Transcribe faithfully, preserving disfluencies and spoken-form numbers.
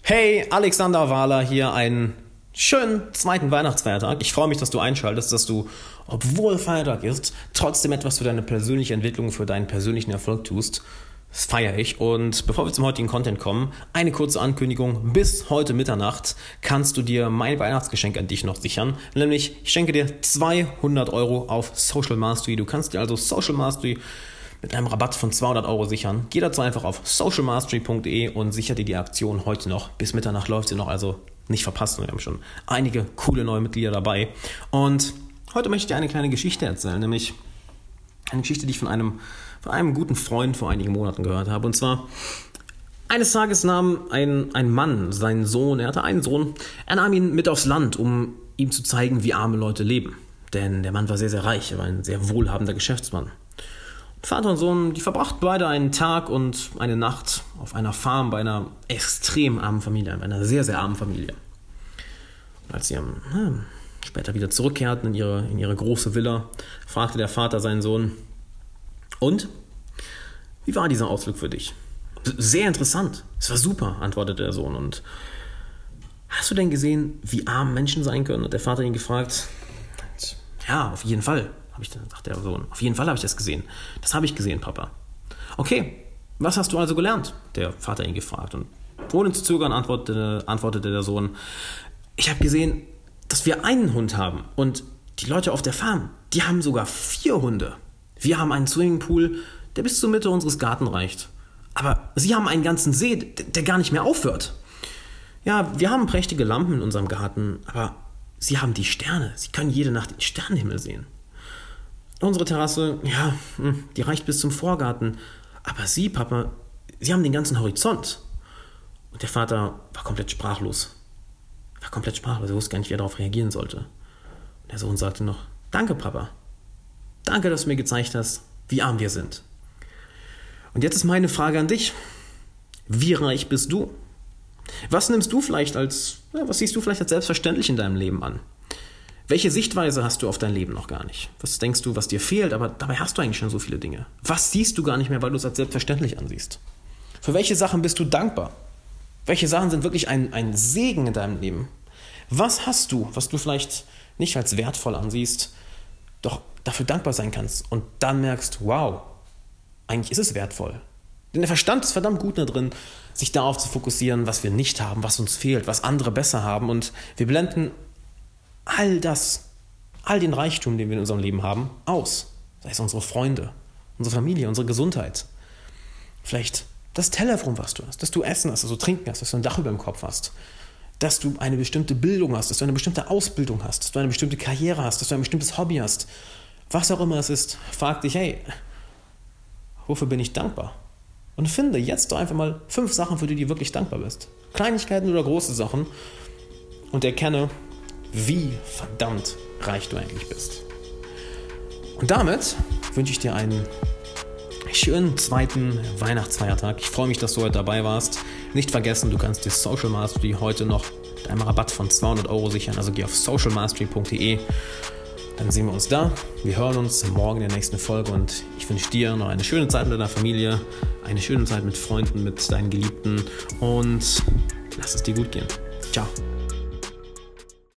Hey, Alexander Wahler hier, einen schönen zweiten Weihnachtsfeiertag. Ich freue mich, dass du einschaltest, dass du, obwohl Feiertag ist, trotzdem etwas für deine persönliche Entwicklung, für deinen persönlichen Erfolg tust. Das feiere ich. Und bevor wir zum heutigen Content kommen, eine kurze Ankündigung. Bis heute Mitternacht kannst du dir mein Weihnachtsgeschenk an dich noch sichern. Nämlich, ich schenke dir zweihundert Euro auf Social Mastery. Du kannst dir also Social Mastery mit einem Rabatt von zweihundert Euro sichern. Geh dazu einfach auf social mastery punkt de und sicher dir die Aktion heute noch. Bis Mitternacht läuft sie noch, also nicht verpassen. Wir haben schon einige coole neue Mitglieder dabei. Und heute möchte ich dir eine kleine Geschichte erzählen, nämlich eine Geschichte, die ich von einem, von einem guten Freund vor einigen Monaten gehört habe. Und zwar, eines Tages nahm ein, ein Mann seinen Sohn, er hatte einen Sohn, er nahm ihn mit aufs Land, um ihm zu zeigen, wie arme Leute leben. Denn der Mann war sehr, sehr reich, er war ein sehr wohlhabender Geschäftsmann. Vater und Sohn, die verbrachten beide einen Tag und eine Nacht auf einer Farm bei einer extrem armen Familie, bei einer sehr, sehr armen Familie. Und als sie ja, später wieder zurückkehrten in ihre, in ihre große Villa, fragte der Vater seinen Sohn: Und? Wie war dieser Ausflug für dich? Sehr interessant. Es war super, antwortete der Sohn. Und hast du denn gesehen, wie arm Menschen sein können? Hat der Vater ihn gefragt. Ja, auf jeden Fall. Habe ich, sagt der Sohn. Auf jeden Fall habe ich das gesehen. Das habe ich gesehen, Papa. Okay, was hast du also gelernt? Der Vater ihn gefragt. Und ohne zu zögern antwortete, antwortete der Sohn: Ich habe gesehen, dass wir einen Hund haben. Und die Leute auf der Farm, die haben sogar vier Hunde. Wir haben einen Swimmingpool, der bis zur Mitte unseres Gartens reicht. Aber sie haben einen ganzen See, der gar nicht mehr aufhört. Ja, wir haben prächtige Lampen in unserem Garten, aber sie haben die Sterne. Sie können jede Nacht den Sternenhimmel sehen. Unsere Terrasse, ja, die reicht bis zum Vorgarten. Aber Sie, Papa, Sie haben den ganzen Horizont. Und der Vater war komplett sprachlos. War komplett sprachlos, er wusste gar nicht, wie er darauf reagieren sollte. Und der Sohn sagte noch: Danke, Papa. Danke, dass du mir gezeigt hast, wie arm wir sind. Und jetzt ist meine Frage an dich. Wie reich bist du? Was nimmst du vielleicht als, ja, was siehst du vielleicht als selbstverständlich in deinem Leben an? Welche Sichtweise hast du auf dein Leben noch gar nicht? Was denkst du, was dir fehlt, aber dabei hast du eigentlich schon so viele Dinge? Was siehst du gar nicht mehr, weil du es als selbstverständlich ansiehst? Für welche Sachen bist du dankbar? Welche Sachen sind wirklich ein, ein Segen in deinem Leben? Was hast du, was du vielleicht nicht als wertvoll ansiehst, doch dafür dankbar sein kannst und dann merkst, wow, eigentlich ist es wertvoll. Denn der Verstand ist verdammt gut da drin, sich darauf zu fokussieren, was wir nicht haben, was uns fehlt, was andere besser haben, und wir blenden all das, all den Reichtum, den wir in unserem Leben haben, aus. Sei es unsere Freunde, unsere Familie, unsere Gesundheit. Vielleicht das Telefon, was du hast, dass du Essen hast, dass du Trinken hast, dass du ein Dach über dem Kopf hast, dass du eine bestimmte Bildung hast, dass du eine bestimmte Ausbildung hast, dass du eine bestimmte Karriere hast, dass du ein bestimmtes Hobby hast. Was auch immer es ist, frag dich: Hey, wofür bin ich dankbar? Und finde jetzt doch einfach mal fünf Sachen, für die du wirklich dankbar bist. Kleinigkeiten oder große Sachen. Und erkenne, wie verdammt reich du eigentlich bist. Und damit wünsche ich dir einen schönen zweiten Weihnachtsfeiertag. Ich freue mich, dass du heute dabei warst. Nicht vergessen, du kannst dir Social Mastery heute noch mit einem Rabatt von zweihundert Euro sichern. Also geh auf social mastery punkt de. Dann sehen wir uns da. Wir hören uns morgen in der nächsten Folge und ich wünsche dir noch eine schöne Zeit mit deiner Familie, eine schöne Zeit mit Freunden, mit deinen Geliebten und lass es dir gut gehen. Ciao.